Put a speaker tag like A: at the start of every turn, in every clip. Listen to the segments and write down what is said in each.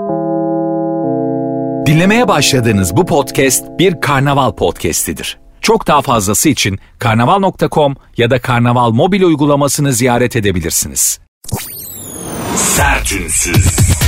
A: Dinlemeye başladığınız bu podcast bir karnaval podcastidir. Çok daha fazlası için karnaval.com ya da karnaval mobil uygulamasını ziyaret edebilirsiniz.
B: Sertünsüz.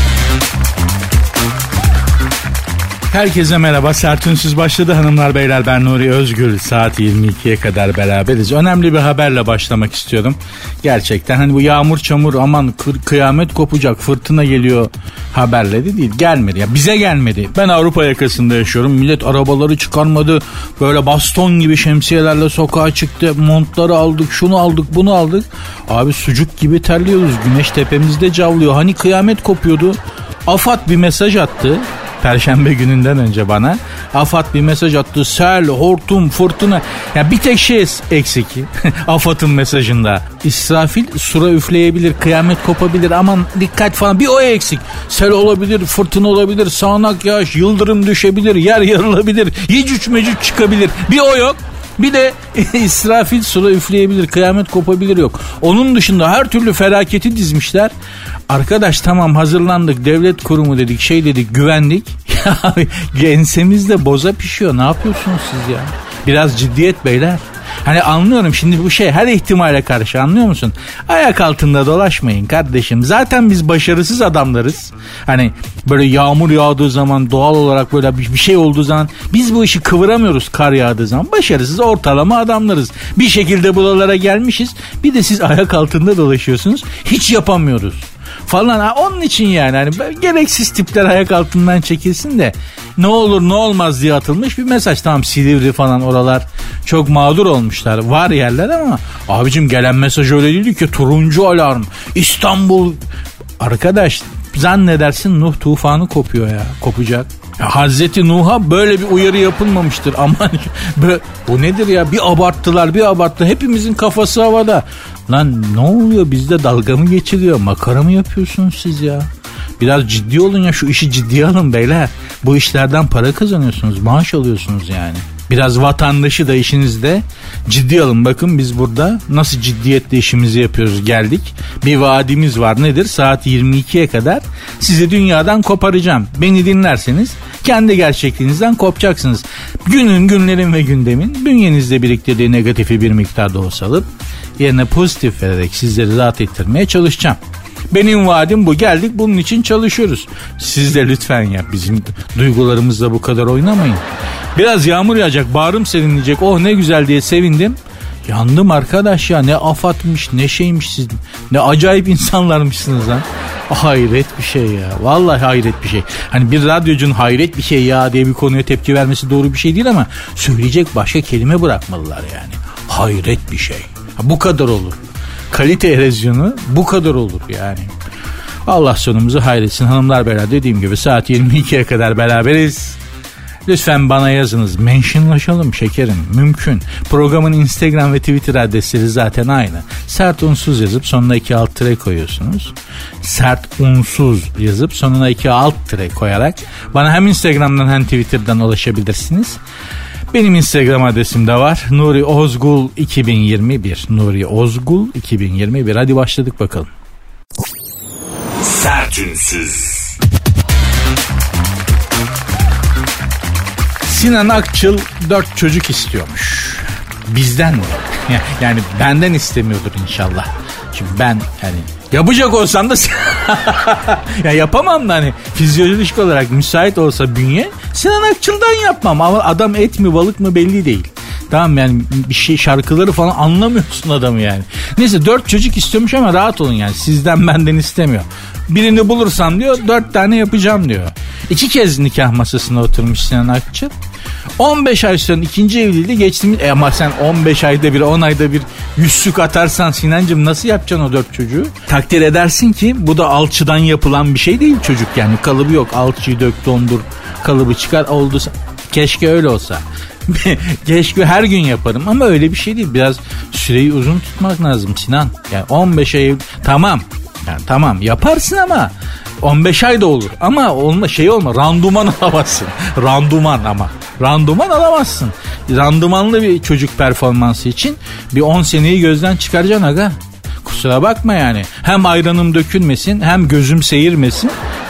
C: Herkese merhaba. Sertünsüz başladı hanımlar beyler. Ben Nuri Özgül. Saat 22'ye kadar beraberiz. Önemli bir haberle başlamak istiyorum. Gerçekten hani bu yağmur çamur aman kıyamet kopacak, fırtına geliyor haberleri değil. Gelmedi ya, bize gelmedi. Ben Avrupa yakasında yaşıyorum. Millet arabaları çıkarmadı. Böyle baston gibi şemsiyelerle sokağa çıktı. Montları aldık, şunu aldık, bunu aldık. Abi sucuk gibi terliyoruz. Güneş tepemizde cavlıyor. Hani kıyamet kopuyordu. AFAD bir mesaj attı. Perşembe gününden önce bana AFAD bir mesaj attı. Sel, hortum, fırtına. Ya bir tek şey eksik. AFAD'ın mesajında. İsrafil sura üfleyebilir, kıyamet kopabilir. Aman dikkat falan. Bir o eksik. Sel olabilir, fırtına olabilir, sağanak yağış, yıldırım düşebilir, yer yarılabilir, yecüc mecüc çıkabilir. Bir o yok. Bir de İsrafil sura üfleyebilir, kıyamet kopabilir yok. Onun dışında her türlü felaketi dizmişler. Arkadaş tamam hazırlandık, devlet kurumu dedik, şey dedik, güvendik. Ya ensemizde boza pişiyor. Ne yapıyorsunuz siz ya? Biraz ciddiyet beyler. Hani anlıyorum şimdi bu şey her ihtimale karşı, anlıyor musun? Ayak altında dolaşmayın kardeşim. Zaten biz başarısız adamlarız. Hani böyle yağmur yağdığı zaman, doğal olarak böyle bir şey olduğu zaman biz bu işi kıvıramıyoruz, kar yağdığı zaman. Başarısız ortalama adamlarız. Bir şekilde buralara gelmişiz. Bir de siz ayak altında dolaşıyorsunuz. Hiç yapamıyoruz falan. Onun için yani hani gereksiz tipler ayak altından çekilsin de ne olur ne olmaz diye atılmış bir mesaj. Tamam Silivri falan oralar çok mağdur olmuşlar. Var yerler ama abicim gelen mesaj öyle değil ki, turuncu alarm İstanbul. Arkadaş zannedersin Nuh tufanı kopuyor ya, kopacak. Ya Hazreti Nuh'a böyle bir uyarı yapılmamıştır. Aman bu nedir ya, bir abarttılar. Hepimizin kafası havada. Lan ne oluyor, bizde dalga mı geçiliyor, makara mı yapıyorsunuz siz ya? Biraz ciddi olun ya, şu işi ciddiye alın beyler. Bu işlerden para kazanıyorsunuz, maaş alıyorsunuz yani. Biraz vatandaşı da işinizde ciddi alın. Bakın biz burada nasıl ciddiyetle işimizi yapıyoruz, geldik. Bir vaadimiz var, nedir? Saat 22'ye kadar sizi dünyadan koparacağım. Beni dinlerseniz kendi gerçekliğinizden kopacaksınız. Günlerin ve gündemin bünyenizde biriktirdiği negatifi bir miktarda olsa alıp yerine pozitif vererek sizleri rahat ettirmeye çalışacağım. Benim vaadim bu. Geldik bunun için çalışıyoruz. Siz de lütfen ya bizim duygularımızla bu kadar oynamayın. Biraz yağmur yağacak, bağrım serinleyecek, oh ne güzel diye sevindim. Yandım arkadaş ya, ne afatmış ne şeymiş siz, ne acayip insanlarmışsınız lan. Hayret bir şey ya, vallahi hayret bir şey. Hani bir radyocunun hayret bir şey ya diye bir konuya tepki vermesi doğru bir şey değil ama söyleyecek başka kelime bırakmalılar yani. Hayret bir şey. Bu kadar olur. Kalite erozyonu bu kadar olur yani. Allah sonumuzu hayretsin hanımlar beyler. Dediğim gibi saat 22'ye kadar beraberiz. Lütfen bana yazınız. Mentionlaşalım şekerim. Mümkün. Programın Instagram ve Twitter adresleri zaten aynı. Sert unsuz yazıp sonuna 2 alt tire koyuyorsunuz. Sert unsuz yazıp sonuna 2 alt tire koyarak bana hem Instagram'dan hem Twitter'dan ulaşabilirsiniz. Benim Instagram adresim de var. Nuri Ozgul 2021. Nuri Ozgul 2021. Hadi başladık bakalım.
B: Sertünsüz.
C: Sinan Akçıl 4 çocuk istiyormuş. Bizden mi? Yani benden istemiyordur inşallah. Çünkü ben yani yapacak olsam da ya yapamam da hani fizyolojik olarak müsait olsa bünye Sinan Akçıl'dan yapmam. Ama adam et mi balık mı belli değil. Tamam yani bir şey, şarkıları falan anlamıyorsun adamı yani. Neyse 4 çocuk istiyormuş ama rahat olun yani, sizden benden istemiyor. Birini bulursam diyor 4 tane yapacağım diyor. 2 kez nikah masasına oturmuş Sinan Akçıl. 15 ay sonra ikinci evliliği geçtiğimiz ama sen 15 ayda bir 10 ayda bir yüzsük atarsan Sinancığım nasıl yapacaksın o 4 çocuğu? Takdir edersin ki bu da alçıdan yapılan bir şey değil çocuk yani, kalıbı yok, alçıyı dök dondur kalıbı çıkar oldu. Keşke öyle olsa. Keşke her gün yaparım ama öyle bir şey değil, biraz süreyi uzun tutmak lazım Sinan. Yani 15 ay tamam yani tamam yaparsın ama 15 ay da olur ama randuman alamazsın. Randuman alamazsın. Randumanlı bir çocuk performansı için bir 10 seneyi gözden çıkaracaksın aga. Kusura bakma yani. Hem ayranım dökülmesin hem gözüm seyirmesin.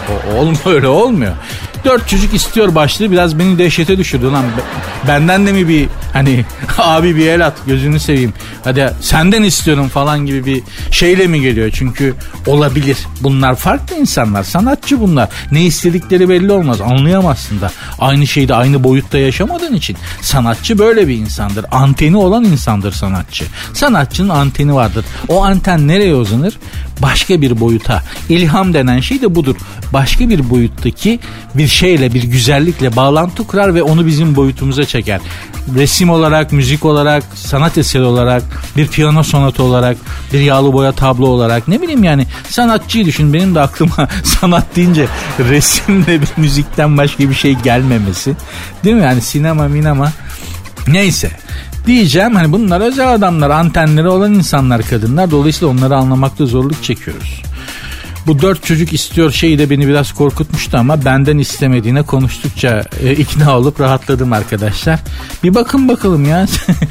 C: Öyle olmuyor. 4 çocuk istiyor başlığı biraz beni dehşete düşürdü lan. Benden de mi bir hani abi bir el at gözünü seveyim. Hadi senden istiyorum falan gibi bir şeyle mi geliyor? Çünkü olabilir. Bunlar farklı insanlar. Sanatçı bunlar. Ne istedikleri belli olmaz. Anlayamazsın da. Aynı şeyde aynı boyutta yaşamadığın için. Sanatçı böyle bir insandır. Anteni olan insandır sanatçı. Sanatçının anteni vardır. O anten nereye uzanır? Başka bir boyuta. İlham denen şey de budur. Başka bir boyuttaki bir şeyle, bir güzellikle bağlantı kurar ve onu bizim boyutumuza çeker. Resim olarak, müzik olarak, sanat eseri olarak, bir piyano sonatı olarak, bir yağlı boya tablo olarak, ne bileyim yani sanatçıyı düşün. Benim de aklıma sanat deyince resimle bir müzikten başka bir şey gelmemesi. Değil mi? Yani sinema. Neyse. Diyeceğim hani bunlar özel adamlar, antenleri olan insanlar, kadınlar. Dolayısıyla onları anlamakta zorluk çekiyoruz. Bu 4 çocuk istiyor şeyi de beni biraz korkutmuştu ama benden istemediğine konuştukça ikna olup rahatladım arkadaşlar. Bir bakın bakalım ya.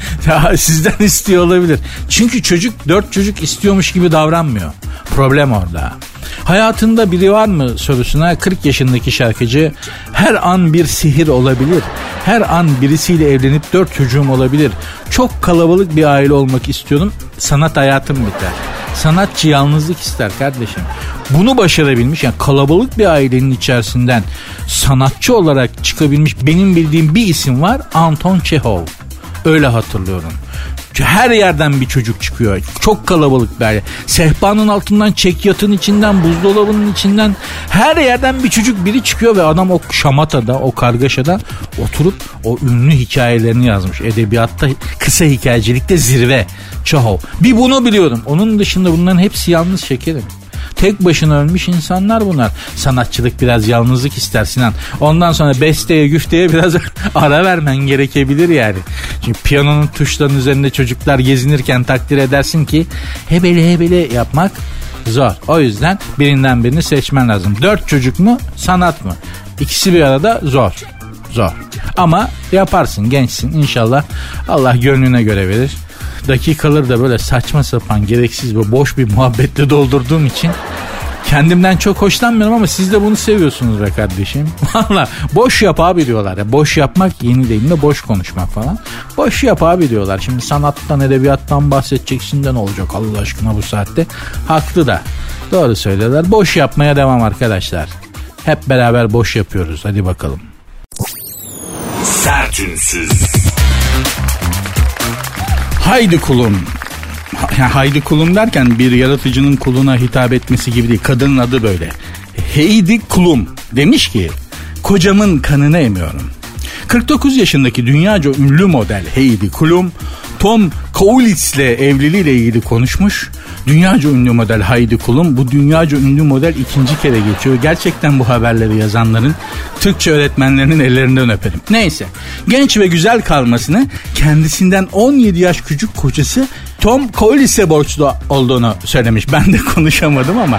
C: Sizden istiyor olabilir. Çünkü 4 çocuk istiyormuş gibi davranmıyor. Problem orada. Hayatında biri var mı sorusuna 40 yaşındaki şarkıcı her an bir sihir olabilir. Her an birisiyle evlenip 4 çocuğum olabilir. Çok kalabalık bir aile olmak istiyorum. Sanat hayatım biter. Sanatçı yalnızlık ister kardeşim. Bunu başarabilmiş, yani kalabalık bir ailenin içerisinden sanatçı olarak çıkabilmiş benim bildiğim bir isim var. Anton Çehov. Öyle hatırlıyorum. Her yerden bir çocuk çıkıyor. Çok kalabalık bir aile. Sehpanın altından, çekyatın içinden, buzdolabının içinden her yerden bir çocuk biri çıkıyor ve adam o şamatada, o kargaşada oturup o ünlü hikayelerini yazmış. Edebiyatta, kısa hikayecilikte zirve. Çehov. Bir bunu biliyorum. Onun dışında bunların hepsi yalnız şekerim. Tek başına ölmüş insanlar bunlar. Sanatçılık biraz yalnızlık ister Sinan. Ondan sonra besteye güfteye biraz ara vermen gerekebilir yani. Çünkü piyanonun tuşlarının üzerinde çocuklar gezinirken takdir edersin ki hebele yapmak zor. O yüzden birinden birini seçmen lazım. 4 çocuk mu, sanat mı? İkisi bir arada zor. Ama yaparsın, gençsin inşallah. Allah gönlüne göre verir. Dakikaları da böyle saçma sapan, gereksiz ve boş bir muhabbetle doldurduğum için kendimden çok hoşlanmıyorum ama siz de bunu seviyorsunuz be kardeşim. Valla boş yap abi diyorlar. Ya, boş yapmak yeni değil de boş konuşmak falan. Boş yap abi diyorlar. Şimdi sanattan, edebiyattan bahsedeceksin de ne olacak Allah aşkına bu saatte. Haklı da. Doğru söylüyorlar. Boş yapmaya devam arkadaşlar. Hep beraber boş yapıyoruz. Hadi bakalım.
A: Sertünsüz.
C: Haydi kulum. Haydi kulum derken bir yaratıcının kuluna hitap etmesi gibi değil. Kadının adı böyle. Heidi Klum demiş ki kocamın kanını emiyorum. 49 yaşındaki dünyaca ünlü model Heidi Klum Tom Kaulitz'le evliliğiyle ilgili konuşmuş. Dünyaca ünlü model Heidi Klum bu dünyaca ünlü model ikinci kere geçiyor. Gerçekten bu haberleri yazanların Türkçe öğretmenlerinin ellerinden öperim. Neyse, genç ve güzel kalmasını kendisinden 17 yaş küçük kocası Tom Kaulitz'e borçlu olduğunu söylemiş. Ben de konuşamadım ama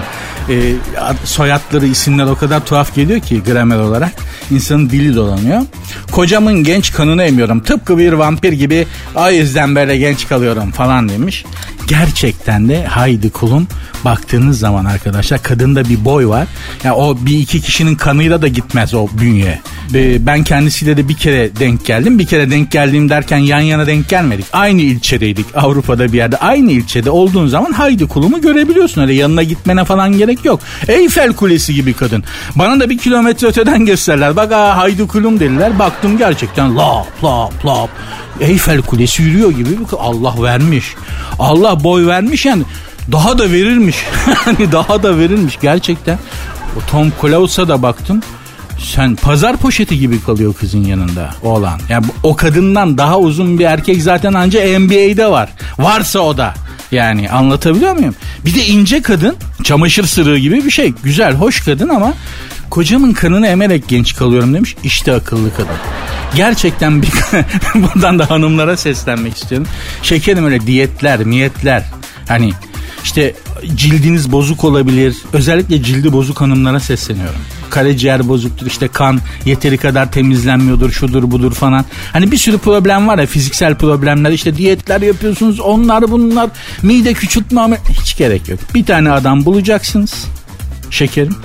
C: soyadları, isimler o kadar tuhaf geliyor ki gramer olarak insanın dili dolanıyor. Kocamın genç kanını emiyorum. Tıpkı bir vampir gibi, o yüzden böyle genç kalıyorum falan demiş. Gerçekten de Heidi Klum baktığınız zaman arkadaşlar kadında bir boy var. Yani o bir iki kişinin kanıyla da gitmez o bünye. Ben kendisiyle de bir kere denk geldim. Bir kere denk geldiğim derken yan yana denk gelmedik. Aynı ilçedeydik Avrupa'da bir yerde. Aynı ilçede olduğun zaman Heidi Klum'u görebiliyorsun. Öyle yanına gitmene falan gerek yok. Eyfel Kulesi gibi kadın. Bana da 1 kilometre öteden gösterler. Bak Heidi Klum dediler. Baktım gerçekten lap. Eyfel Kulesi yürüyor gibi. Allah vermiş. Allah boy vermiş yani. Daha da verirmiş. Hani daha da verirmiş gerçekten. O Tom Klaus'a da baktım. Sen pazar poşeti gibi kalıyor kızın yanında oğlan. Yani o kadından daha uzun bir erkek zaten anca NBA'de var. Varsa o da. Yani anlatabiliyor muyum? Bir de ince kadın, çamaşır sırığı gibi bir şey. Güzel, hoş kadın ama kocamın kanını emerek genç kalıyorum demiş. İşte akıllı kadın. Gerçekten buradan da hanımlara seslenmek istiyorum. Şekerim öyle diyetler. Hani işte cildiniz bozuk olabilir. Özellikle cildi bozuk hanımlara sesleniyorum. Karaciğer bozuktur, işte kan yeteri kadar temizlenmiyordur, şudur budur falan. Hani bir sürü problem var ya, fiziksel problemler, işte diyetler yapıyorsunuz, onlar bunlar, mide küçültme, hiç gerek yok. Bir tane adam bulacaksınız şekerim.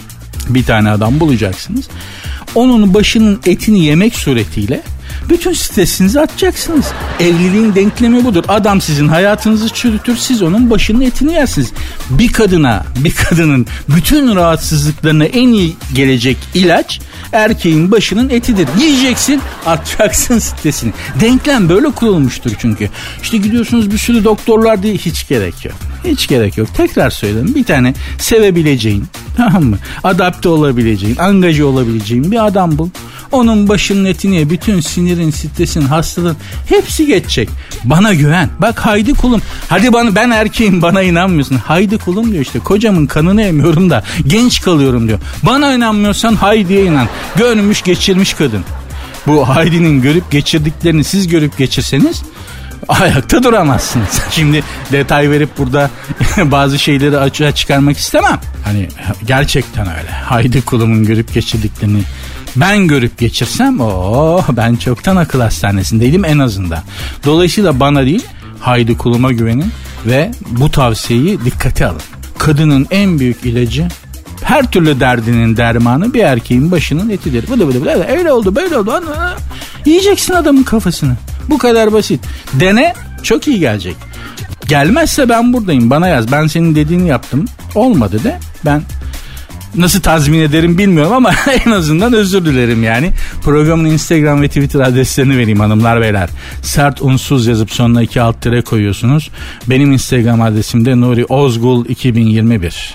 C: Bir tane adam bulacaksınız. Onun başının etini yemek suretiyle bütün stresinizi atacaksınız. Evliliğin denklemi budur. Adam sizin hayatınızı çürütür, siz onun başının etini yersiniz. Bir kadının bütün rahatsızlıklarına en iyi gelecek ilaç erkeğin başının etidir. Yiyeceksin, atacaksın stresini. Denklem böyle kurulmuştur çünkü. İşte gidiyorsunuz bir sürü doktorlar diye, hiç gerek yok. Hiç gerek yok. Tekrar söyledim. Bir tane sevebileceğin, tamam mı? Adapte olabileceğin, angaje olabileceğin bir adam bul. Onun başının etini ye. Bütün sinirin, stresin, hastalığın hepsi geçecek. Bana güven. Bak haydi kulum. Hadi ben erkeğim, bana inanmıyorsun. Haydi kulum diyor işte. Kocamın kanını emiyorum da genç kalıyorum diyor. Bana inanmıyorsan Haydi'ye inan. Görmüş geçirmiş kadın. Bu Haydi'nin görüp geçirdiklerini siz görüp geçirseniz ayakta duramazsınız. Şimdi detay verip burada bazı şeyleri açığa çıkarmak istemem. Hani gerçekten öyle. Haydi kulumun görüp geçirdiklerini ben görüp geçirsem ben çoktan akıl hastanesindeydim en azından. Dolayısıyla bana değil, haydi kuluma güvenin ve bu tavsiyeyi dikkate alın. Kadının en büyük ilacı, her türlü derdinin dermanı bir erkeğin başının etidir. Öyle oldu, böyle oldu. Yiyeceksin adamın kafasını. Bu kadar basit. Dene, çok iyi gelecek. Gelmezse ben buradayım, bana yaz. Ben senin dediğini yaptım. Olmadı de ben nasıl tazmin ederim bilmiyorum ama en azından özür dilerim yani. Programın Instagram ve Twitter adreslerini vereyim hanımlar beyler. Sert unsuz yazıp sonuna 2 alt tire koyuyorsunuz. Benim Instagram adresim de Nuri Ozgul 2021.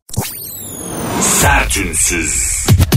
A: Sert unsuz.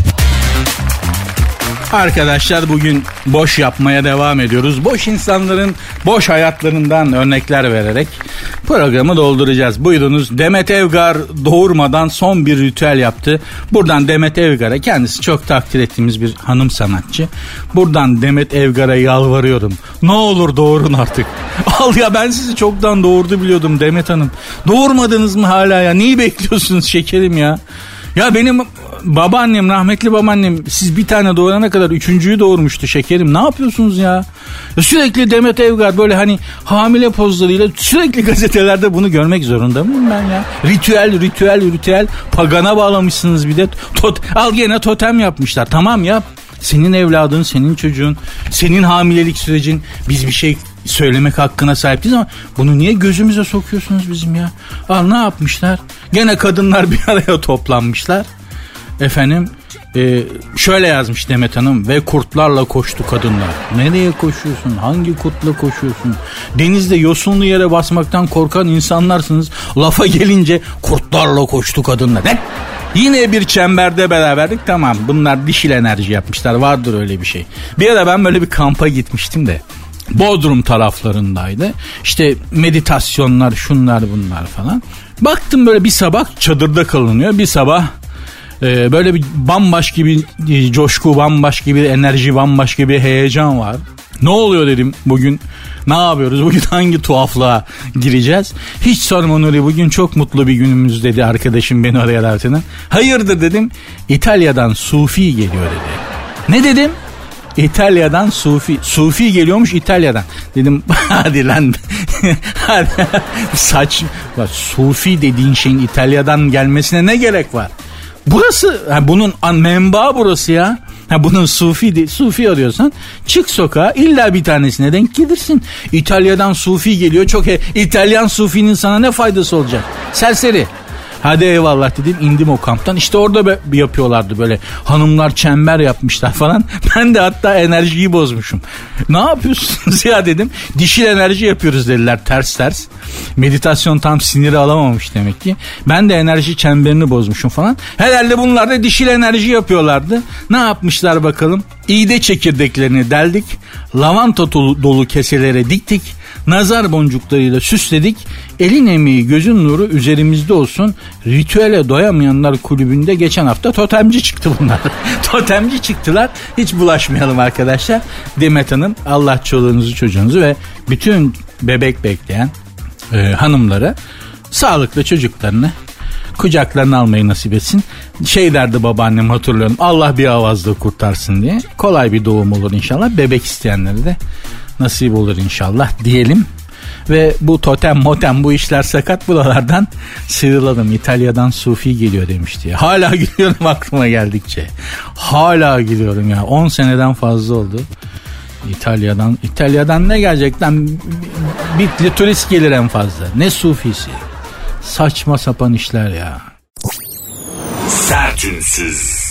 C: Arkadaşlar bugün boş yapmaya devam ediyoruz. Boş insanların boş hayatlarından örnekler vererek programı dolduracağız. Buyurunuz, Demet Evgar doğurmadan son bir ritüel yaptı. Buradan Demet Evgar'a, kendisi çok takdir ettiğimiz bir hanım sanatçı. Buradan Demet Evgar'a yalvarıyorum. Ne olur doğurun artık. Al ya, ben sizi çoktan doğurdu biliyordum Demet Hanım. Doğurmadınız mı hala ya? Neyi bekliyorsunuz şekerim ya? Ya benim babaannem, rahmetli babaannem, siz bir tane doğurana kadar 3.'yü doğurmuştu şekerim. Ne yapıyorsunuz ya? Sürekli Demet Evgar böyle hani hamile pozlarıyla sürekli gazetelerde bunu görmek zorunda mıyım ben ya? Ritüel pagana bağlamışsınız bir de. Al gene totem yapmışlar. Tamam yap. Senin evladın, senin çocuğun, senin hamilelik sürecin, biz bir şey söylemek hakkına sahip değiliz ama bunu niye gözümüze sokuyorsunuz bizim ya? Ne yapmışlar? Gene kadınlar bir araya toplanmışlar. Efendim şöyle yazmış Demet Hanım: ve kurtlarla koştu kadınlar. Nereye koşuyorsun? Hangi kurtla koşuyorsun? Denizde yosunlu yere basmaktan korkan insanlarsınız. Lafa gelince kurtlarla koştu kadınlar. Ne? Yine bir çemberde beraberdik, tamam, bunlar dişil enerji yapmışlar, vardır öyle bir şey. Bir ara ben böyle bir kampa gitmiştim de Bodrum taraflarındaydı. İşte meditasyonlar, şunlar bunlar falan. Baktım böyle bir sabah çadırda kalınıyor, bir sabah böyle bir bambaşka bir coşku, bambaşka bir enerji, bambaşka bir heyecan var. Ne oluyor dedim, bugün ne yapıyoruz, bugün hangi tuhaflığa gireceğiz? Hiç sorma Nuri, bugün çok mutlu bir günümüz dedi arkadaşım beni oraya davet eden. Hayırdır dedim, İtalya'dan Sufi geliyor dedi. Ne dedim? İtalya'dan Sufi geliyormuş İtalya'dan. Dedim hadi lan. Saç. Sufi dediğin şeyin İtalya'dan gelmesine ne gerek var? Burası, bunun menbaı burası ya. Bunun Sufi arıyorsan çık sokağa, illa bir tanesine denk gelirsin. İtalya'dan Sufi geliyor, çok İtalyan Sufi'nin sana ne faydası olacak? Serseri. Hadi eyvallah dedim, indim o kamptan. İşte orada yapıyorlardı böyle, hanımlar çember yapmışlar falan. Ben de hatta enerjiyi bozmuşum. Ne yapıyorsunuz ya dedim. Dişil enerji yapıyoruz dediler, ters. Meditasyon tam siniri alamamış demek ki. Ben de enerji çemberini bozmuşum falan. Herhalde bunlar da dişil enerji yapıyorlardı. Ne yapmışlar bakalım? İğde çekirdeklerini deldik. Lavanta dolu keselere diktik. Nazar boncuklarıyla süsledik. Elin emeği gözün nuru üzerimizde olsun. Ritüele doyamayanlar kulübünde geçen hafta totemci çıktı bunlar. Totemci çıktılar. Hiç bulaşmayalım arkadaşlar. Demet Hanım, Allah çoluğunuzu çocuğunuzu ve bütün bebek bekleyen hanımları, sağlıklı çocuklarını kucaklarına almayı nasip etsin. Şey derdi babaannem, hatırlıyorum, Allah bir avazda kurtarsın diye. Kolay bir doğum olur inşallah. Bebek isteyenlere de nasip olur inşallah diyelim. Ve bu totem motem bu işler sakat, buralardan sıyrılalım. İtalya'dan Sufi geliyor demişti ya. Hala gülüyorum aklıma geldikçe. Hala gülüyorum ya. 10 seneden fazla oldu. İtalya'dan ne gelecekten bir turist gelir en fazla. Ne Sufisi. Saçma sapan işler ya.
A: Sertünsüz.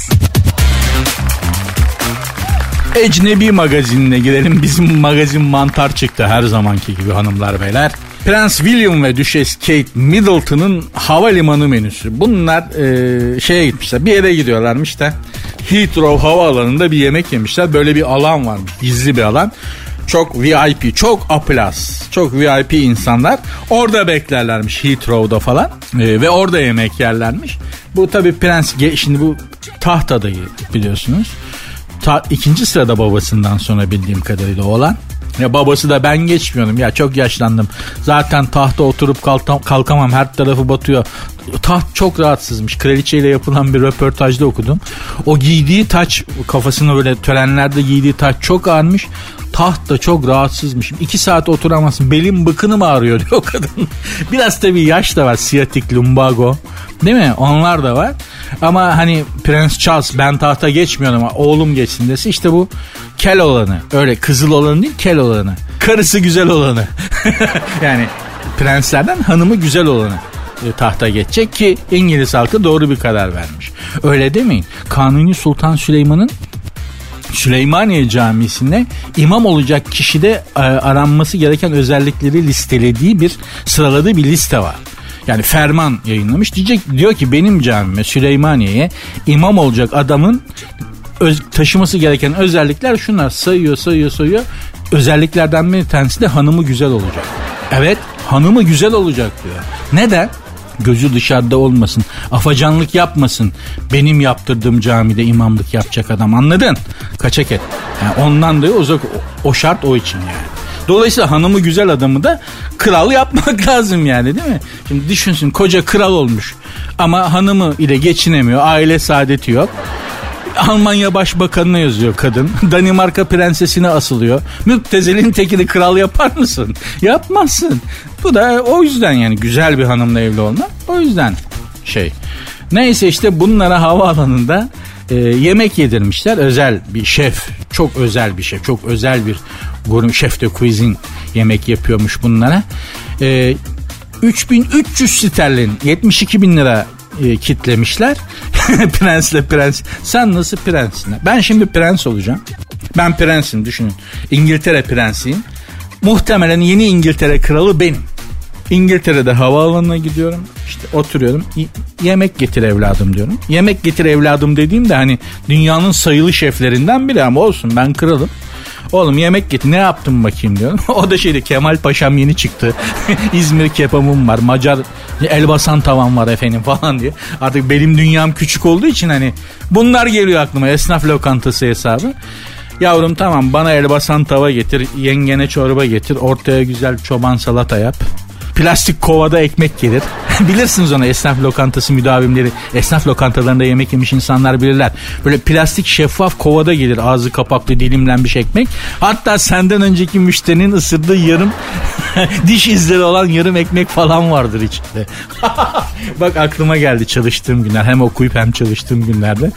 C: Ecnebi magazinine girelim. Bizim magazin mantar çıktı her zamanki gibi hanımlar beyler. Prens William ve Düşes Kate Middleton'ın havalimanı menüsü. Bunlar şeye gitmişler, bir yere gidiyorlarmış da Heathrow havaalanında bir yemek yemişler. Böyle bir alan varmış, gizli bir alan. Çok VIP, çok A+, çok VIP insanlar orada beklerlermiş Heathrow'da falan ve orada yemek yerlermiş. Bu tabii prens, şimdi bu taht adayı biliyorsunuz. İkinci sırada babasından sonra bildiğim kadarıyla olan. Ya babası da ben geçmiyorum ya, çok yaşlandım. Zaten tahta oturup kalkamam, her tarafı batıyor. Taht çok rahatsızmış. Kraliçeyle yapılan bir röportajda okudum. O giydiği taç, kafasına böyle törenlerde giydiği taç çok ağırmış. Taht da çok rahatsızmış. 2 saat oturamazsın. Belim bıkınım ağrıyor diyor kadın. Biraz tabii yaş da var. Siyatik, lumbago. Değil mi? Onlar da var. Ama hani Prens Charles, ben tahta geçmiyorum ama oğlum geçsin dese, işte bu kel olanı. Öyle kızıl olanı değil, kel olanı. Karısı güzel olanı. Yani prenslerden hanımı güzel olanı tahta geçecek ki İngiliz halkı doğru bir karar vermiş. Öyle demeyin. Kanuni Sultan Süleyman'ın Süleymaniye Camisi'nde imam olacak kişide aranması gereken özellikleri listelediği bir, sıraladığı bir liste var. Yani ferman yayınlamış. Diyor ki benim camime, Süleymaniye'ye imam olacak adamın taşıması gereken özellikler şunlar. Sayıyor. Özelliklerden bir tanesi de hanımı güzel olacak. Evet, hanımı güzel olacak diyor. Neden? Gözü dışarıda olmasın, afacanlık yapmasın. Benim yaptırdığım camide imamlık yapacak adam, anladın? Kaçak et. Yani ondan da o şart o için yani. Dolayısıyla hanımı güzel adamı da kral yapmak lazım yani, değil mi? Şimdi düşünsün, koca kral olmuş ama hanımı ile geçinemiyor, aile saadeti yok. Almanya Başbakanı'na yazıyor kadın. Danimarka prensesine asılıyor. Müptezelin tekini kral yapar mısın? Yapmazsın. Bu da o yüzden, yani güzel bir hanımla evli olmak. O yüzden Neyse işte bunlara havaalanında yemek yedirmişler. Özel bir şef. Çok özel bir şef. Çok özel bir şef de cuisine yemek yapıyormuş bunlara. 3300 sterlin, 72 bin lira kitlemişler. Prensle prens. Sen nasıl prenssin? Ben şimdi prens olacağım. Ben prensim, düşünün. İngiltere prensiyim. Muhtemelen yeni İngiltere kralı benim. İngiltere'de havaalanına gidiyorum. İşte oturuyorum. Yemek getir evladım diyorum. Yemek getir evladım dediğimde hani dünyanın sayılı şeflerinden biri, ama olsun, ben kralım. Oğlum yemek getir, ne yaptım bakayım diyorum. O da Kemal Paşam yeni çıktı. İzmir kebabım var, Macar Elbasan tavam var efendim falan diye. Artık benim dünyam küçük olduğu için hani bunlar geliyor aklıma, esnaf lokantası hesabı. Yavrum tamam, bana Elbasan tava getir, yengene çorba getir, ortaya güzel çoban salata yap. Plastik kovada ekmek gelir. Bilirsiniz onu, esnaf lokantası müdavimleri, esnaf lokantalarında yemek yemiş insanlar bilirler. Böyle plastik şeffaf kovada gelir, ağzı kapaklı dilimlenmiş ekmek. Hatta senden önceki müşterinin ısırdığı yarım diş izleri olan yarım ekmek falan vardır içinde. Bak aklıma geldi çalıştığım günler, hem okuyup hem çalıştığım günlerde.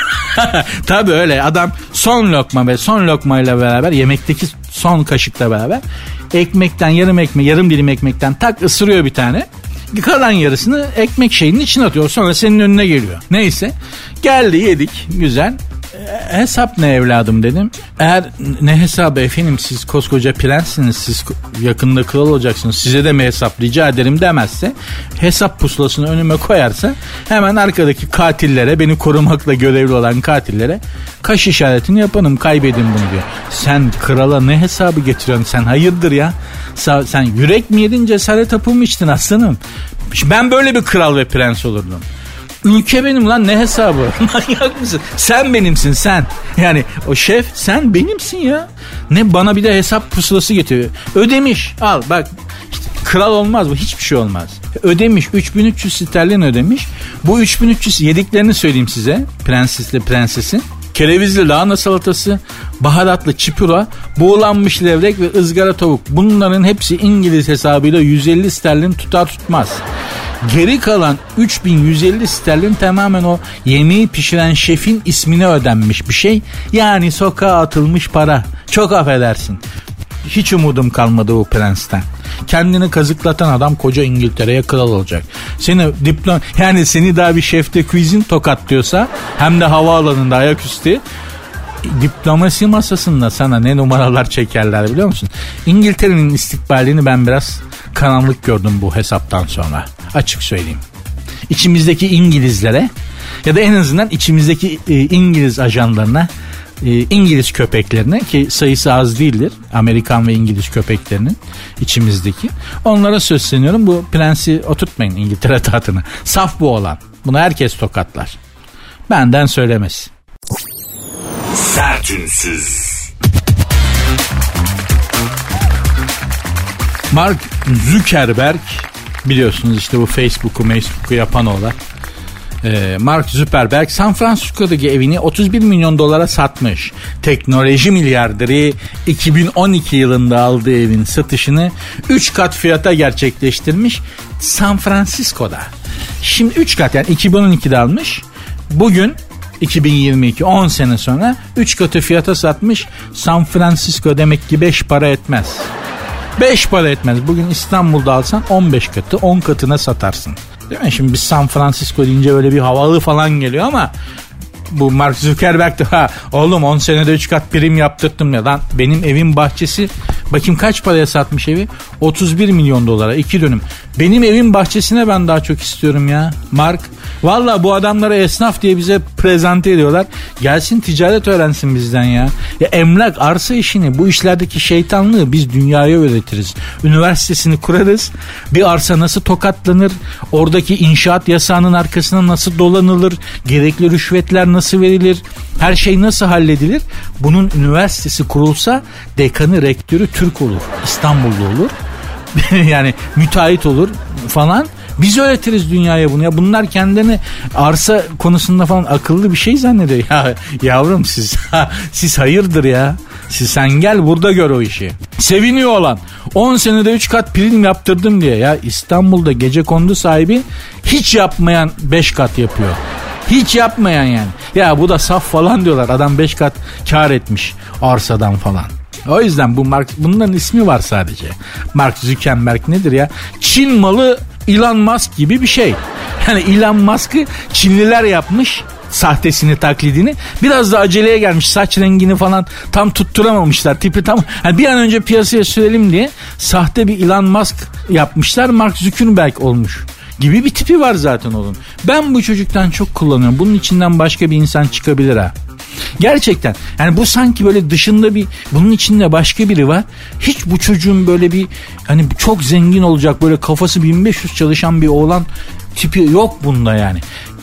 C: Tabii öyle adam son lokma ve son lokmayla beraber, yemekteki son kaşıkla beraber ekmekten yarım dilim ekmekten tak ısırıyor bir tane. Kalan yarısını ekmek şeyinin içine atıyor. Sonra senin önüne geliyor. Neyse. Geldi, yedik. Güzel. Hesap ne evladım dedim. Eğer ne hesabı efendim, siz koskoca prenssiniz, siz yakında kral olacaksınız, size de mi hesap rica ederim demezse, hesap pusulasını önüme koyarsa hemen arkadaki katillere, beni korumakla görevli olan katillere kaş işaretini yapanım, kaybedin bunu diyor. Sen krala ne hesabı getiriyorsun, sen hayırdır ya, sen yürek mi yedin, cesaret hapı mı içtin aslanım? Ben böyle bir kral ve prens olurdum. Ülke benim lan, ne hesabı? Manyak mısın? Sen benimsin sen. Yani o şef sen benimsin ya. Ne bana bir de hesap pusulası getiriyor. Ödemiş. Al bak. İşte kral olmaz bu, hiçbir şey olmaz. Ödemiş, 3300 sterlin ödemiş. Bu 3300 yediklerini söyleyeyim size. Prensesle prensesin. kerevizli lahana salatası, baharatlı çipura, buğulanmış levrek ve ızgara tavuk. Bunların hepsi İngiliz hesabıyla 150 sterlin tutar tutmaz. Geri kalan 3150 sterlin tamamen o yemeği pişiren şefin ismine ödenmiş bir şey. Yani sokağa atılmış para. Çok affedersin. Hiç umudum kalmadı bu prensten. Kendini kazıklatan adam koca İngiltere'ye kral olacak. Seni daha bir şef de cuisine tokatlıyorsa, hem de havaalanında ayaküstü, diplomasi masasında sana ne numaralar çekerler biliyor musun? İngiltere'nin istikbalini ben biraz karanlık gördüm bu hesaptan sonra. Açık söyleyeyim. İçimizdeki İngilizlere ya da en azından içimizdeki İngiliz ajanlarına, İngiliz köpeklerine, ki sayısı az değildir, Amerikan ve İngiliz köpeklerinin içimizdeki, onlara sesleniyorum, bu prensi oturtmayın İngiltere tahtına. Saf bu olan. Bunu herkes tokatlar. Benden söylemesi.
A: Sertünsüz.
C: Mark Zuckerberg, biliyorsunuz işte bu Facebook'u yapan olan Mark Zuckerberg San Francisco'daki evini 31 milyon dolara satmış. Teknoloji milyarderi 2012 yılında aldığı evin satışını 3 kat fiyata gerçekleştirmiş San Francisco'da. Şimdi 3 kat, yani 2012'de almış. Bugün 2022, 10 sene sonra 3 katı fiyata satmış. San Francisco demek ki 5 para etmez. 5 para etmez. Bugün İstanbul'da alsan 15 katı, 10 katına satarsın. Değil mi? Şimdi biz San Francisco deyince böyle bir havalı falan geliyor ama bu Mark Zuckerberg de oğlum 10 senede 3 kat prim yaptırttım ya lan, benim evin bahçesi, bakayım kaç paraya satmış evi, 31 milyon dolara 2 dönüm. Benim evin bahçesine ben daha çok istiyorum ya Mark. Valla bu adamlara esnaf diye bize prezente ediyorlar. Gelsin ticaret öğrensin bizden ya. Ya emlak, arsa işini, bu işlerdeki şeytanlığı biz dünyaya öğretiriz. Üniversitesini kurarız. Bir arsa nasıl tokatlanır? Oradaki inşaat yasağının arkasına nasıl dolanılır? Gerekli rüşvetler nasıl verilir? Her şey nasıl halledilir? Bunun üniversitesi kurulsa dekanı, rektörü Türk olur. İstanbul'da olur. Yani müteahhit olur falan. Biz öğretiriz dünyaya bunu ya. Bunlar kendini arsa konusunda falan akıllı bir şey zannediyor. Ya yavrum siz hayırdır ya. Sen gel burada gör o işi. Seviniyor olan 10 senede 3 kat prim yaptırdım diye. Ya İstanbul'da gecekondu sahibi hiç yapmayan 5 kat yapıyor. Hiç yapmayan yani. Ya bu da saf falan diyorlar. Adam 5 kat kar etmiş arsadan falan. O yüzden bunların ismi var sadece. Mark Zuckerberg nedir ya? Çin malı Elon Musk gibi bir şey. Yani Elon Musk'ı Çinliler yapmış, sahtesini, taklidini. Biraz da aceleye gelmiş, saç rengini falan tam tutturamamışlar. Tipi tam, yani bir an önce piyasaya sürelim diye sahte bir Elon Musk yapmışlar. Mark Zuckerberg olmuş gibi bir tipi var zaten onun. Ben bu çocuktan çok kullanıyorum. Bunun içinden başka bir insan çıkabilir ha. Gerçekten yani bu sanki böyle dışında bir, bunun içinde başka biri var. Hiç bu çocuğun böyle bir hani çok zengin olacak, böyle kafası 1500 çalışan bir oğlan tipi yok bunda yani.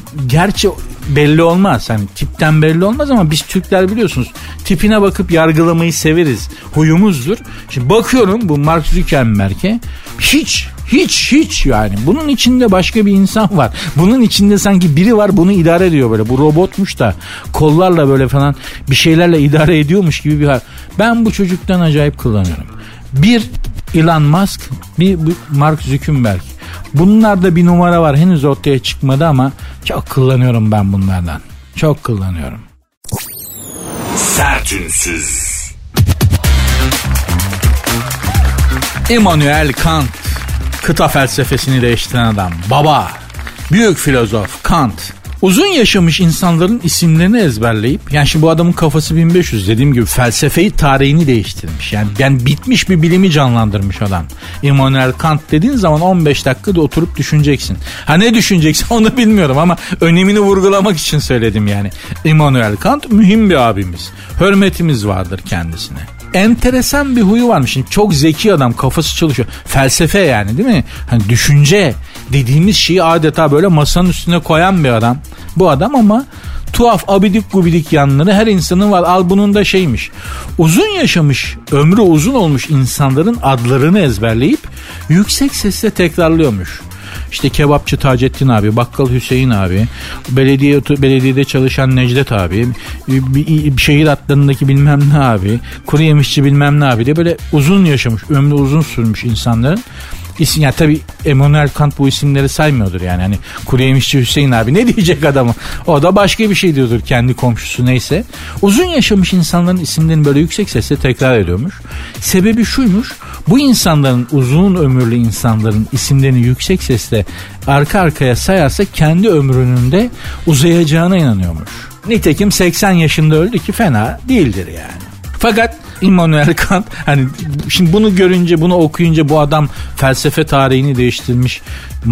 C: Gerçi belli olmaz, hani tipten belli olmaz ama biz Türkler biliyorsunuz tipine bakıp yargılamayı severiz, huyumuzdur. Şimdi bakıyorum bu Mark Zuckerberg'e, hiç yani bunun içinde başka bir insan var. Bunun içinde sanki biri var, bunu idare ediyor böyle. Bu robotmuş da kollarla böyle falan bir şeylerle idare ediyormuş gibi bir hal. Ben bu çocuktan acayip kullanıyorum. Bir Elon Musk, bir Mark Zuckerberg. Bunlarda bir numara var, henüz ortaya çıkmadı ama çok kullanıyorum ben bunlardan. Çok kullanıyorum.
A: Sertünsüz.
C: Immanuel Kant, kıta felsefesini değiştiren adam. Baba, büyük filozof Kant. Uzun yaşamış insanların isimlerini ezberleyip, yani şimdi bu adamın kafası 1500, dediğim gibi felsefeyi, tarihini değiştirmiş. Yani bitmiş bir bilimi canlandırmış adam. Immanuel Kant dediğin zaman 15 dakikada oturup düşüneceksin. Ha ne düşüneceksin onu bilmiyorum ama önemini vurgulamak için söyledim yani. Immanuel Kant mühim bir abimiz. Hürmetimiz vardır kendisine. Enteresan bir huyu varmış. Şimdi çok zeki adam, kafası çalışıyor. Felsefe yani, değil mi? Hani düşünce dediğimiz şeyi adeta böyle masanın üstüne koyan bir adam. Bu adam ama tuhaf, abidik gubidik yanları her insanın var. Al bunun da şeymiş. Uzun yaşamış, ömrü uzun olmuş insanların adlarını ezberleyip yüksek sesle tekrarlıyormuş. işte kebapçı Taceddin abi, bakkal Hüseyin abi, belediyede çalışan Necdet abi, şehir hatlarındaki bilmem ne abi, kuru yemişçi bilmem ne abi diye böyle uzun yaşamış, ömrü uzun sürmüş insanların isim, yani tabii Immanuel Kant bu isimleri saymıyordur yani. Hani kuru yemişçi Hüseyin abi ne diyecek adamı? O da başka bir şey diyordur, kendi komşusu neyse. Uzun yaşamış insanların isimlerini böyle yüksek sesle tekrar ediyormuş. Sebebi şuymuş. Bu insanların, uzun ömürlü insanların isimlerini yüksek sesle arka arkaya sayarsa kendi ömrünün de uzayacağına inanıyormuş. Nitekim 80 yaşında öldü ki fena değildir yani. Fakat Immanuel Kant, hani şimdi bunu görünce, bunu okuyunca bu adam felsefe tarihini değiştirmiş,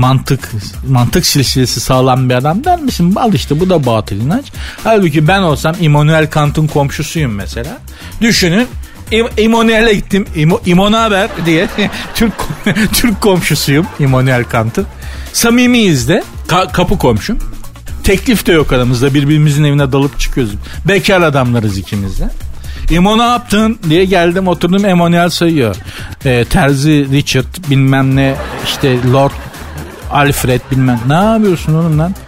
C: mantık silsilesi sağlam bir adam der misin? Al işte, bu da batıl inanç. Halbuki ben olsam Immanuel Kant'ın komşusuyum mesela. Düşünün, Immanuel'e gittim. İmo haber diye Türk komşusuyum Immanuel Kant'ın. Samimiyiz de, kapı komşum. Teklif de yok aramızda, birbirimizin evine dalıp çıkıyoruz. Bekar adamlarız ikimiz de. İmo ne yaptın diye geldim, oturdum, Emmanuel sayıyor. Terzi Richard bilmem ne, işte Lord Alfred bilmem. Ne yapıyorsun oğlum lan?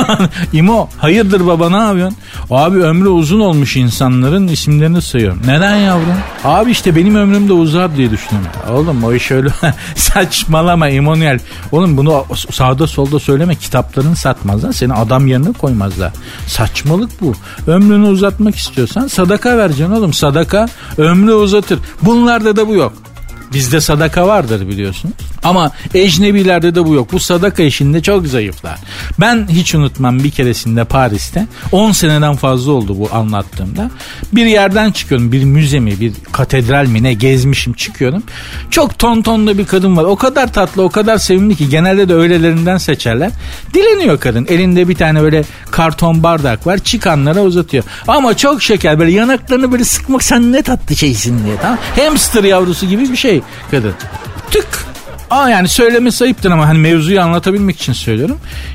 C: İmo hayırdır baba, ne yapıyorsun? Abi ömrü uzun olmuş insanların isimlerini sayıyorum. Neden yavrum? Abi işte benim ömrüm de uzar diye düşünüyorum. Oğlum o iş öyle saçmalama Immanuel. Oğlum bunu sağda solda söyleme, kitaplarını satmazlar, seni adam yerine koymazlar. Saçmalık bu. Ömrünü uzatmak istiyorsan sadaka vereceksin oğlum. Sadaka ömrü uzatır. Bunlarda da bu yok. Bizde sadaka vardır biliyorsunuz. Ama ecnebilerde de bu yok. Bu sadaka işinde çok zayıflar. Ben hiç unutmam, bir keresinde Paris'te 10 seneden fazla oldu bu anlattığımda. Bir yerden çıkıyorum. Bir müze mi, bir katedral mi ne, gezmişim, çıkıyorum. Çok tontonlu bir kadın var. O kadar tatlı, o kadar sevimli ki genelde de öylelerinden seçerler. Dileniyor kadın. Elinde bir tane öyle karton bardak var. Çıkanlara uzatıyor. Ama çok şeker, böyle yanaklarını böyle sıkmak, sen ne tatlı şeysin diye, tamam. Hamster yavrusu gibi bir şey kadın. Tık. Yani söylemesi ayıptır ama hani mevzuyu anlatabilmek için söylüyorum.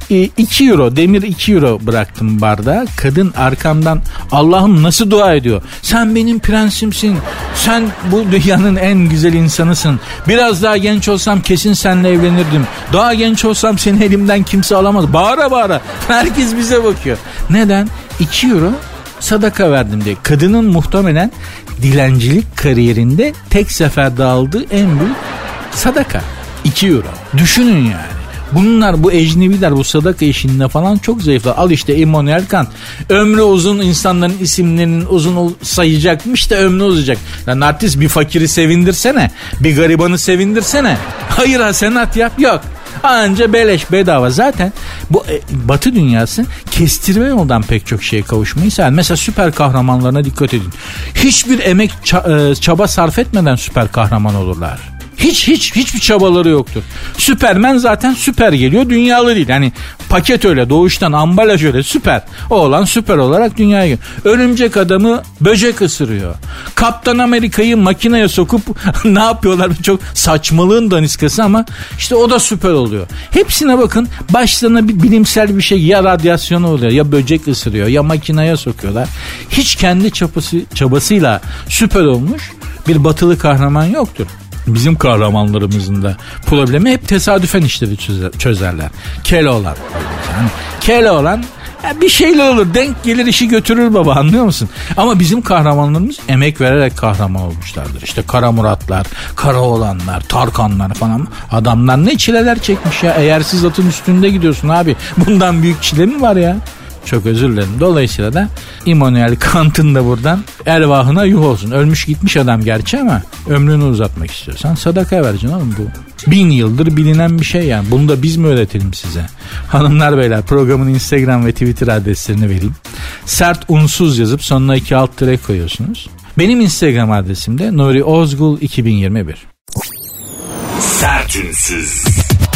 C: 2 euro, demir 2 euro bıraktım bardağa. Kadın arkamdan Allah'ım nasıl dua ediyor. Sen benim prensimsin. Sen bu dünyanın en güzel insanısın. Biraz daha genç olsam kesin seninle evlenirdim. Daha genç olsam seni elimden kimse alamaz. Bağıra bağıra. Herkes bize bakıyor. Neden? 2 euro sadaka verdim diye. Kadının muhtemelen dilencilik kariyerinde tek seferde aldığı en büyük sadaka. 2 euro. Düşünün yani. Bunlar, bu ecnebiler bu sadaka işinde falan çok zayıflar. Al işte Immanuel Kant. Ömrü uzun insanların isimlerinin uzun sayacakmış da ömrü uzayacak. Lan artist, bir fakiri sevindirsene. Bir garibanı sevindirsene. Hayır hasenat yap. Yok. Anca beleş, bedava. Zaten bu Batı dünyası kestirme yoldan pek çok şeye kavuşmayı sever. Mesela süper kahramanlarına dikkat edin. Hiçbir emek çaba sarf etmeden süper kahraman olurlar. Hiçbir çabaları yoktur. Süpermen zaten süper geliyor, dünyalı değil. Yani paket öyle, doğuştan ambalaj öyle, süper. O olan süper olarak dünyaya geliyor. Örümcek adamı böcek ısırıyor. Kaptan Amerika'yı makineye sokup ne yapıyorlar? Çok saçmalığın daniskası ama işte o da süper oluyor. Hepsine bakın, başlarına bir bilimsel bir şey, ya radyasyonu oluyor, ya böcek ısırıyor, ya makineye sokuyorlar. Hiç kendi çabasıyla süper olmuş bir batılı kahraman yoktur. Bizim kahramanlarımızın da problemi hep tesadüfen işleri çözerler. Keloğlan. Yani Keloğlan bir şeyler olur, denk gelir, işi götürür baba, anlıyor musun? Ama bizim kahramanlarımız emek vererek kahraman olmuşlardır. İşte Kara Muratlar, Karaoğlanlar, Tarkanlar falan. Adamlar ne çileler çekmiş ya. Eğersiz atın üstünde gidiyorsun abi. Bundan büyük çile mi var ya? Çok özür dilerim. Dolayısıyla da Immanuel Kant'ın da buradan ervahına yuh olsun. Ölmüş gitmiş adam gerçi ama ömrünü uzatmak istiyorsan sadaka vereceksin oğlum bu. 1000 yıldır bilinen bir şey yani. Bunu da biz mi öğretelim size? Hanımlar beyler, programın Instagram ve Twitter adreslerini vereyim. Sert unsuz yazıp sonuna 2 alt tire koyuyorsunuz. Benim Instagram adresim de Nuri Ozgul 2021.
A: Sert unsuz.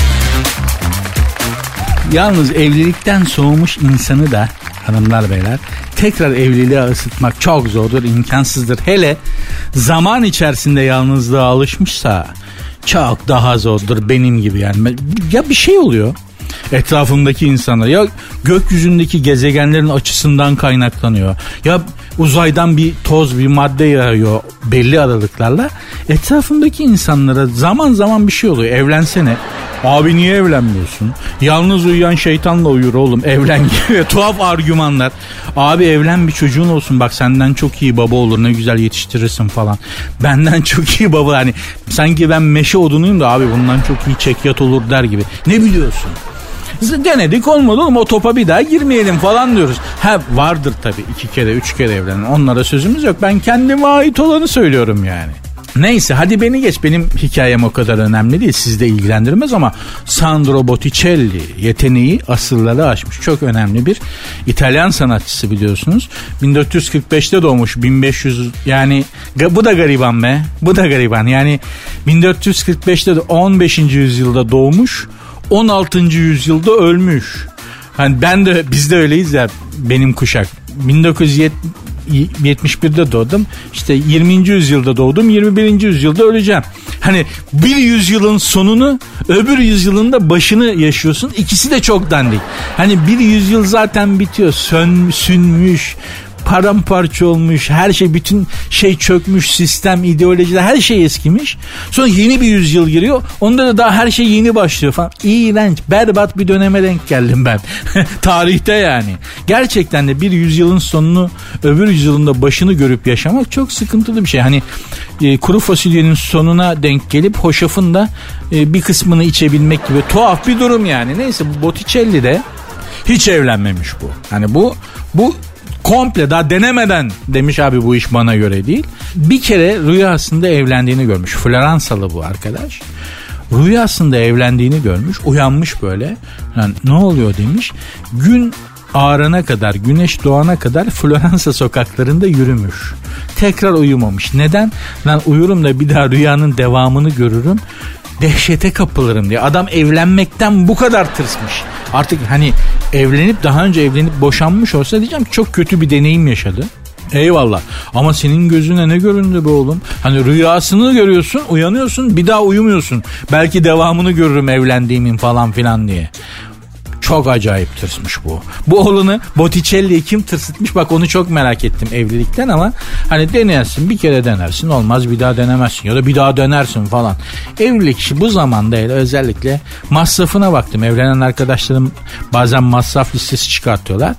C: Yalnız evlilikten soğumuş insanı da hanımlar beyler tekrar evliliğe ısıtmak çok zordur, imkansızdır. Hele zaman içerisinde yalnızlığa alışmışsa çok daha zordur, benim gibi yani. Ya bir şey oluyor etrafımdaki insanlar, ya gökyüzündeki gezegenlerin açısından kaynaklanıyor, ya uzaydan bir toz, bir madde yağıyor belli aralıklarla, etrafımdaki insanlara zaman zaman bir şey oluyor. Evlensene, Abi niye evlenmiyorsun? Yalnız uyuyan şeytanla uyur oğlum. Evlen gibi tuhaf argümanlar. Abi evlen, bir çocuğun olsun. Bak senden çok iyi baba olur. Ne güzel yetiştirirsin falan. Benden çok iyi baba. Hani sanki ben meşe odunuyum da abi bundan çok iyi çekyat olur der gibi. Ne biliyorsun? Denedik, olmadı oğlum, o topa bir daha girmeyelim falan diyoruz. Ha vardır tabii 2 kere 3 kere evlenen, onlara sözümüz yok. Ben kendime ait olanı söylüyorum yani. Neyse hadi beni geç, benim hikayem o kadar önemli değil, sizi de ilgilendirmez ama Sandro Botticelli yeteneği asırları aşmış çok önemli bir İtalyan sanatçısı biliyorsunuz. 1445'te doğmuş, 1500 yani bu da gariban be, bu da gariban yani 1445'te de 15. yüzyılda doğmuş, 16. yüzyılda ölmüş. Hani biz de öyleyiz ya, benim kuşak 1971'de doğdum. İşte 20. yüzyılda doğdum. 21. yüzyılda öleceğim. Hani bir yüzyılın sonunu, öbür yüzyılın da başını yaşıyorsun. İkisi de çok dandik. Hani bir yüzyıl zaten bitiyor. Sünmüş, paramparça olmuş, her şey, bütün şey çökmüş, sistem, ideolojiler, her şey eskimiş. Sonra yeni bir yüzyıl giriyor. Onda da daha her şey yeni başlıyor falan. İğrenç, berbat bir döneme denk geldim ben. Tarihte yani. Gerçekten de bir yüzyılın sonunu, öbür yüzyılın başını görüp yaşamak çok sıkıntılı bir şey. Hani kuru fasulyenin sonuna denk gelip hoşafın da bir kısmını içebilmek gibi tuhaf bir durum yani. Neyse, bu Botticelli de hiç evlenmemiş bu. Hani bu komple daha denemeden demiş abi bu iş bana göre değil. Bir kere rüyasında evlendiğini görmüş. Floransalı bu arkadaş. Rüyasında evlendiğini görmüş. Uyanmış böyle. Yani ne oluyor demiş. Gün ağarana kadar, güneş doğana kadar Floransa sokaklarında yürümüş. Tekrar uyumamış. Neden? Lan uyurum da bir daha rüyanın devamını görürüm. Dehşete kapılırım diye. Adam evlenmekten bu kadar tırsmış. Artık hani daha önce evlenip boşanmış olsa diyeceğim ki çok kötü bir deneyim yaşadı. Eyvallah. Ama senin gözüne ne göründü be oğlum? Hani rüyasını görüyorsun, uyanıyorsun, bir daha uyumuyorsun. Belki devamını görürüm evlendiğimin falan filan diye. Çok acayip tırsmış bu. Bu oğlunu Botticelli'yi kim tırsıtmış? Bak onu çok merak ettim evlilikten ama hani denersin, bir kere denersin, olmaz bir daha denemezsin ya da bir daha denersin falan. Evlilik işi bu zamanda özellikle masrafına baktım. Evlenen arkadaşlarım bazen masraf listesi çıkartıyorlar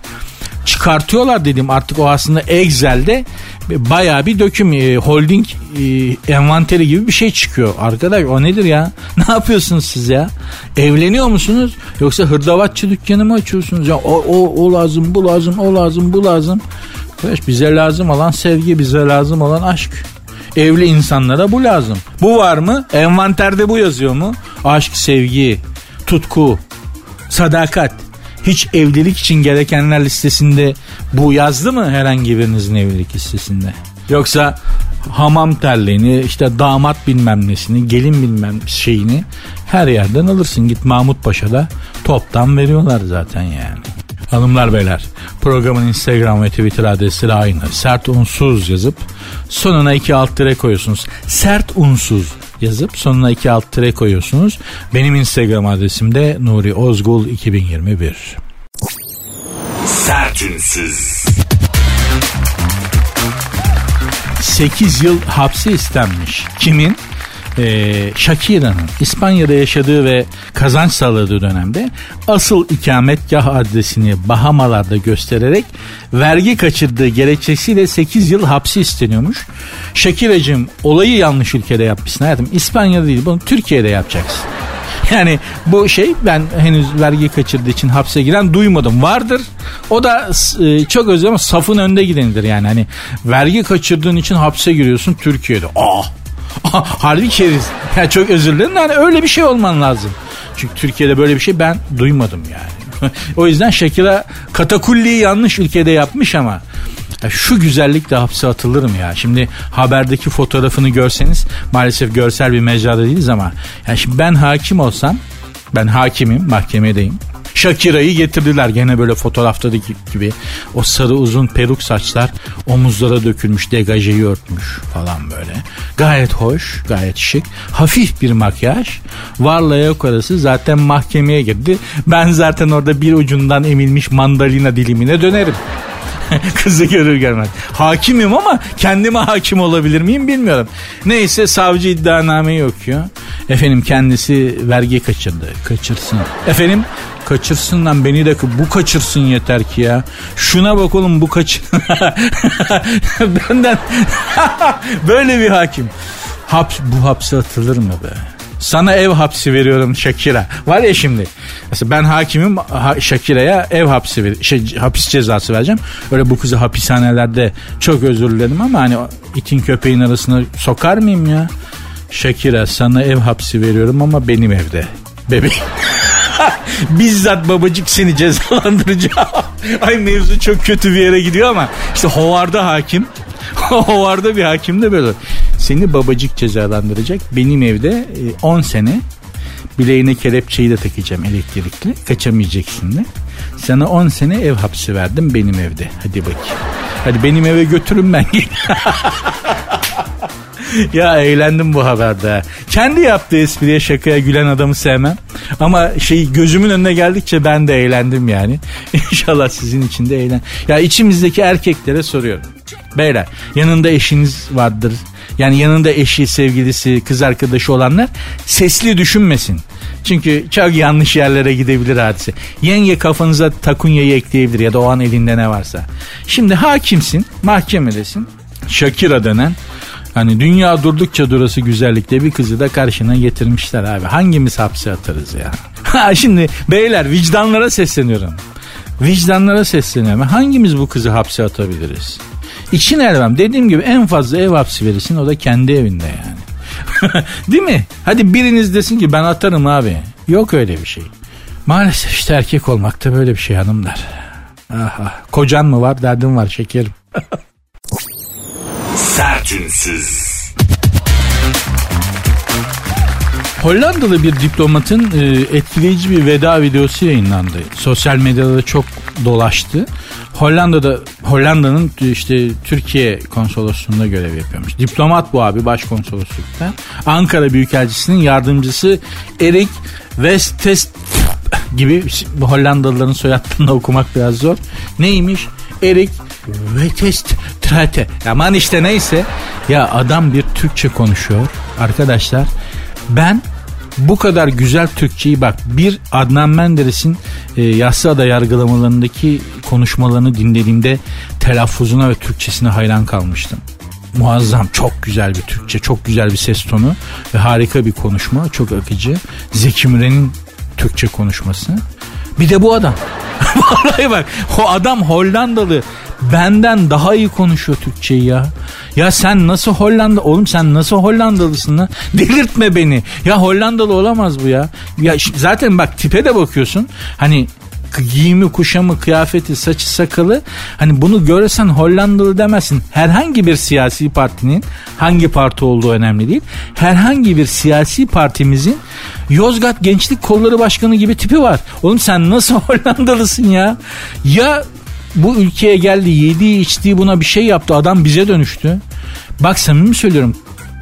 C: dedim, artık o aslında Excel'de bayağı bir döküm, holding envanteri gibi bir şey çıkıyor. Arkadaş o nedir ya? Ne yapıyorsunuz siz ya? Evleniyor musunuz? Yoksa hırdavatçı dükkanı mı açıyorsunuz? Ya o lazım, bu lazım, o lazım, bu lazım. Arkadaş bize lazım olan sevgi, bize lazım olan aşk. Evli insanlara bu lazım. Bu var mı? Envanterde bu yazıyor mu? Aşk, sevgi, tutku, sadakat. Hiç evlilik için gerekenler listesinde bu yazdı mı herhangi birinizin evlilik listesinde? Yoksa hamam terliğini, işte damat bilmem nesini, gelin bilmem şeyini her yerden alırsın. Git Mahmut Paşa'da toptan veriyorlar zaten yani. Hanımlar beyler, programın Instagram ve Twitter adresleri aynı. Sert unsuz yazıp sonuna 2 alt tire koyuyorsunuz. Sert unsuz yazıp sonuna 2 alt tire koyuyorsunuz. Benim Instagram adresim de Nuri Ozgul 2021.
A: Sertünsüz.
C: 8 yıl hapse istenmiş. Kimin? Shakira'nın İspanya'da yaşadığı ve kazanç sağladığı dönemde asıl ikametgah adresini Bahamalar'da göstererek vergi kaçırdığı gerekçesiyle 8 yıl hapsi isteniyormuş. Shakira'cığım, olayı yanlış ülkede yapmışsın hayatım. İspanya'da değil, bunu Türkiye'de yapacaksın. Yani bu şey, ben henüz vergi kaçırdığı için hapse giren duymadım. Vardır. O da çok özür dilerim, safın önde gidenidir yani. Hani vergi kaçırdığın için hapse giriyorsun Türkiye'de. Halbuki yani çok özür dilerim. Yani öyle bir şey olman lazım. Çünkü Türkiye'de böyle bir şey ben duymadım yani. O yüzden Shakira katakulliyi yanlış ülkede yapmış ama ya şu güzellikle hapse atılırım ya. Şimdi haberdeki fotoğrafını görseniz, maalesef görsel bir mecrada değiliz ama yani şimdi ben hakim olsam, ben hakimim, mahkemedeyim. Shakira'yı getirdiler gene böyle fotoğraftaki gibi. O sarı uzun peruk saçlar omuzlara dökülmüş, degajeyi örtmüş falan böyle. Gayet hoş, gayet şık. Hafif bir makyaj. Varla yok arası zaten mahkemeye girdi. Ben zaten orada bir ucundan emilmiş mandalina dilimine dönerim. Kızı görür görmez. Hakimim ama kendime hakim olabilir miyim bilmiyorum. Neyse savcı iddianameyi okuyor. Efendim kendisi vergi kaçırdı. Kaçırsın. Efendim kaçırsın lan, beni de bu kaçırsın yeter ki ya. Şuna bak oğlum, bu kaçır. Benden böyle bir hakim. Bu hapse atılır mı be? Sana ev hapsi veriyorum Shakira. Var ya şimdi. Mesela ben hakimim, Shakira'ya ev hapsi hapis cezası vereceğim. Öyle bu kızı hapishanelerde çok özür dilerim ama hani itin köpeğin arasına sokar mıyım ya? Shakira sana ev hapsi veriyorum ama benim evde. Bebeğim. Bizzat babacık seni cezalandıracağım. Ay mevzu çok kötü bir yere gidiyor ama işte Howard'a hakim. Howard'a bir hakim de böyle. Seni babacık cezalandıracak. Benim evde 10 sene bileğine kelepçeyi de takacağım elektrikli. Kaçamayacaksın de. Sana 10 sene ev hapsi verdim benim evde. Hadi bakayım. Hadi benim eve götürün ben. Ya eğlendim bu haberde. Kendi yaptığı espriye, şakaya gülen adamı sevmem. Ama gözümün önüne geldikçe ben de eğlendim yani. İnşallah sizin için de eğlen. Ya içimizdeki erkeklere soruyorum. Beyler, yanında eşiniz vardır. Yani yanında eşi, sevgilisi, kız arkadaşı olanlar sesli düşünmesin. Çünkü çok yanlış yerlere gidebilir hadise. Yenge kafanıza takunyayı ekleyebilir ya da o an elinde ne varsa. Şimdi hakimsin, mahkemedesin. Shakira denen, hani dünya durdukça durası güzellikte bir kızı da karşına getirmişler abi. Hangimiz hapse atarız ya? Şimdi beyler, vicdanlara sesleniyorum. Vicdanlara sesleniyorum. Hangimiz bu kızı hapse atabiliriz? İçin elvem, dediğim gibi en fazla ev hapsi verirsin, o da kendi evinde yani. Değil mi? Hadi biriniz desin ki ben atarım abi. Yok öyle bir şey. Maalesef işte erkek olmakta böyle bir şey hanımlar. Aha. Kocan mı var, derdin var şekerim.
A: Sertünsüz.
C: Hollandalı bir diplomatın etkileyici bir veda videosu yayınlandı. Sosyal medyada çok dolaştı. Hollanda'nın işte Türkiye konsolosluğunda görev yapıyormuş. Diplomat bu abi, başkonsoloslukta. Ankara Büyükelçisi'nin yardımcısı Erik Westest gibi, Hollandalıların soyadlarını okumak biraz zor. Neymiş? Erik Westest. Aman işte neyse. Ya adam bir Türkçe konuşuyor arkadaşlar. Ben bu kadar güzel Türkçeyi, bak, bir Adnan Menderes'in Yassıada yargılamalarındaki konuşmalarını dinlediğimde telaffuzuna ve Türkçesine hayran kalmıştım. Muazzam, çok güzel bir Türkçe, çok güzel bir ses tonu ve harika bir konuşma, çok akıcı. Zeki Müren'in Türkçe konuşması. Bir de bu adam. Vallahi bak, o adam Hollandalı, benden daha iyi konuşuyor Türkçeyi ya. Ya sen nasıl oğlum sen nasıl Hollandalısın lan? Delirtme beni. Ya Hollandalı olamaz bu ya. Ya zaten bak, tipe de bakıyorsun. Hani giyimi, kuşamı, kıyafeti, saçı, sakalı, hani bunu görürsen Hollandalı demezsin. Herhangi bir siyasi partinin, hangi parti olduğu önemli değil, herhangi bir siyasi partimizin Yozgat Gençlik Kolları Başkanı gibi tipi var. Oğlum sen nasıl Hollandalısın ya? Ya bu ülkeye geldi, yediği içtiği buna bir şey yaptı, adam bize dönüştü. Bak samimi söylüyorum,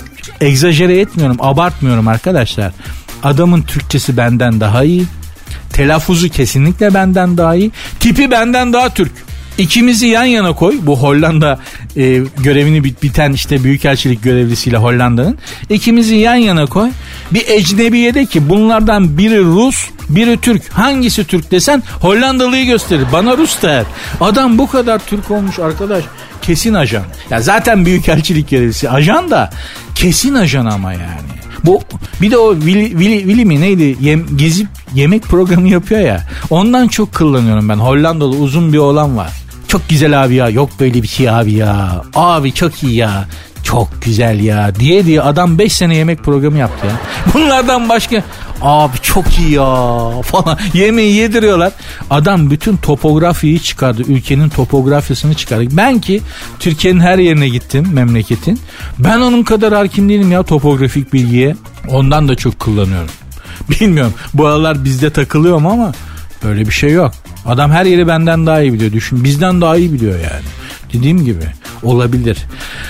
C: egzajere etmiyorum, abartmıyorum arkadaşlar. Adamın Türkçesi benden daha iyi, telaffuzu kesinlikle benden daha iyi, tipi benden daha Türk. İkimizi yan yana koy, bu Hollanda görevini biten işte büyükelçilik görevlisiyle Hollanda'nın, ikimizi yan yana koy, bir ecnebiye de ki bunlardan biri Rus, biri Türk, hangisi Türk desen Hollandalı'yı gösterir, bana Rus der. Adam bu kadar Türk olmuş arkadaş, kesin ajan. Ya zaten büyükelçilik görevlisi ajan da, kesin ajan ama yani. Bu bir de o Willy mi neydi, gezip yemek programı yapıyor ya, ondan çok kullanıyorum ben. Hollandalı uzun bir oğlan var, çok güzel abi ya, yok böyle bir şey abi ya, abi çok iyi ya, çok güzel ya diye adam 5 sene yemek programı yaptı ya. Bunlardan başka abi çok iyi ya falan yemeği yediriyorlar. Adam bütün topografiyi çıkardı, ülkenin topografyasını çıkardı. Ben ki Türkiye'nin her yerine gittim, memleketin. Ben onun kadar hakim değilim ya topografik bilgiye. Ondan da çok kullanıyorum. Bilmiyorum bu aralar bizde takılıyorum ama öyle bir şey yok. Adam her yeri benden daha iyi biliyor. Düşün, bizden daha iyi biliyor yani. Dediğim gibi olabilir.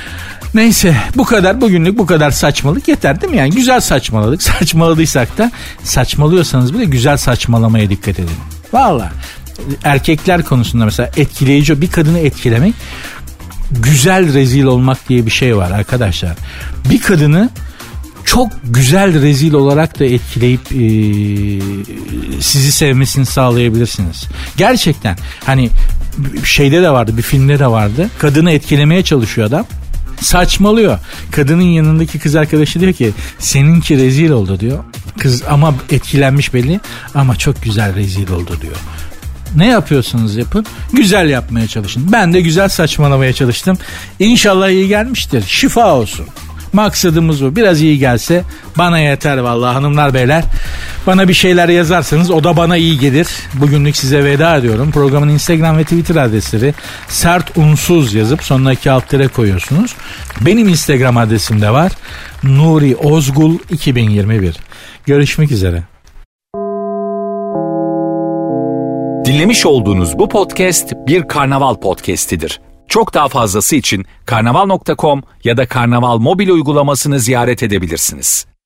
C: Neyse, bu kadar bugünlük, bu kadar saçmalık yeter değil mi? Yani güzel saçmaladık. Saçmaladıysak da, saçmalıyorsanız bile güzel saçmalamaya dikkat edin. Vallahi erkekler konusunda mesela etkileyici, bir kadını etkilemek, güzel rezil olmak diye bir şey var arkadaşlar. Bir kadını çok güzel rezil olarak da etkileyip sizi sevmesini sağlayabilirsiniz. Gerçekten hani şeyde de vardı, bir filmde de vardı. Kadını etkilemeye çalışıyor adam. Saçmalıyor. Kadının yanındaki kız arkadaşı diyor ki seninki rezil oldu diyor. Kız ama etkilenmiş belli, ama çok güzel rezil oldu diyor. Ne yapıyorsunuz yapın. Güzel yapmaya çalışın. Ben de güzel saçmalamaya çalıştım. İnşallah iyi gelmiştir. Şifa olsun. Maksadımız bu. Biraz iyi gelse bana yeter vallahi hanımlar beyler. Bana bir şeyler yazarsanız o da bana iyi gelir. Bugünlük size veda ediyorum. Programın Instagram ve Twitter adresleri sert unsuz yazıp sonuna 2 alt tere koyuyorsunuz. Benim Instagram adresim de var. Nuri Ozgul 2021. Görüşmek üzere.
A: Dinlemiş olduğunuz bu podcast bir Karnaval podcastidir. Çok daha fazlası için karnaval.com ya da Karnaval mobil uygulamasını ziyaret edebilirsiniz.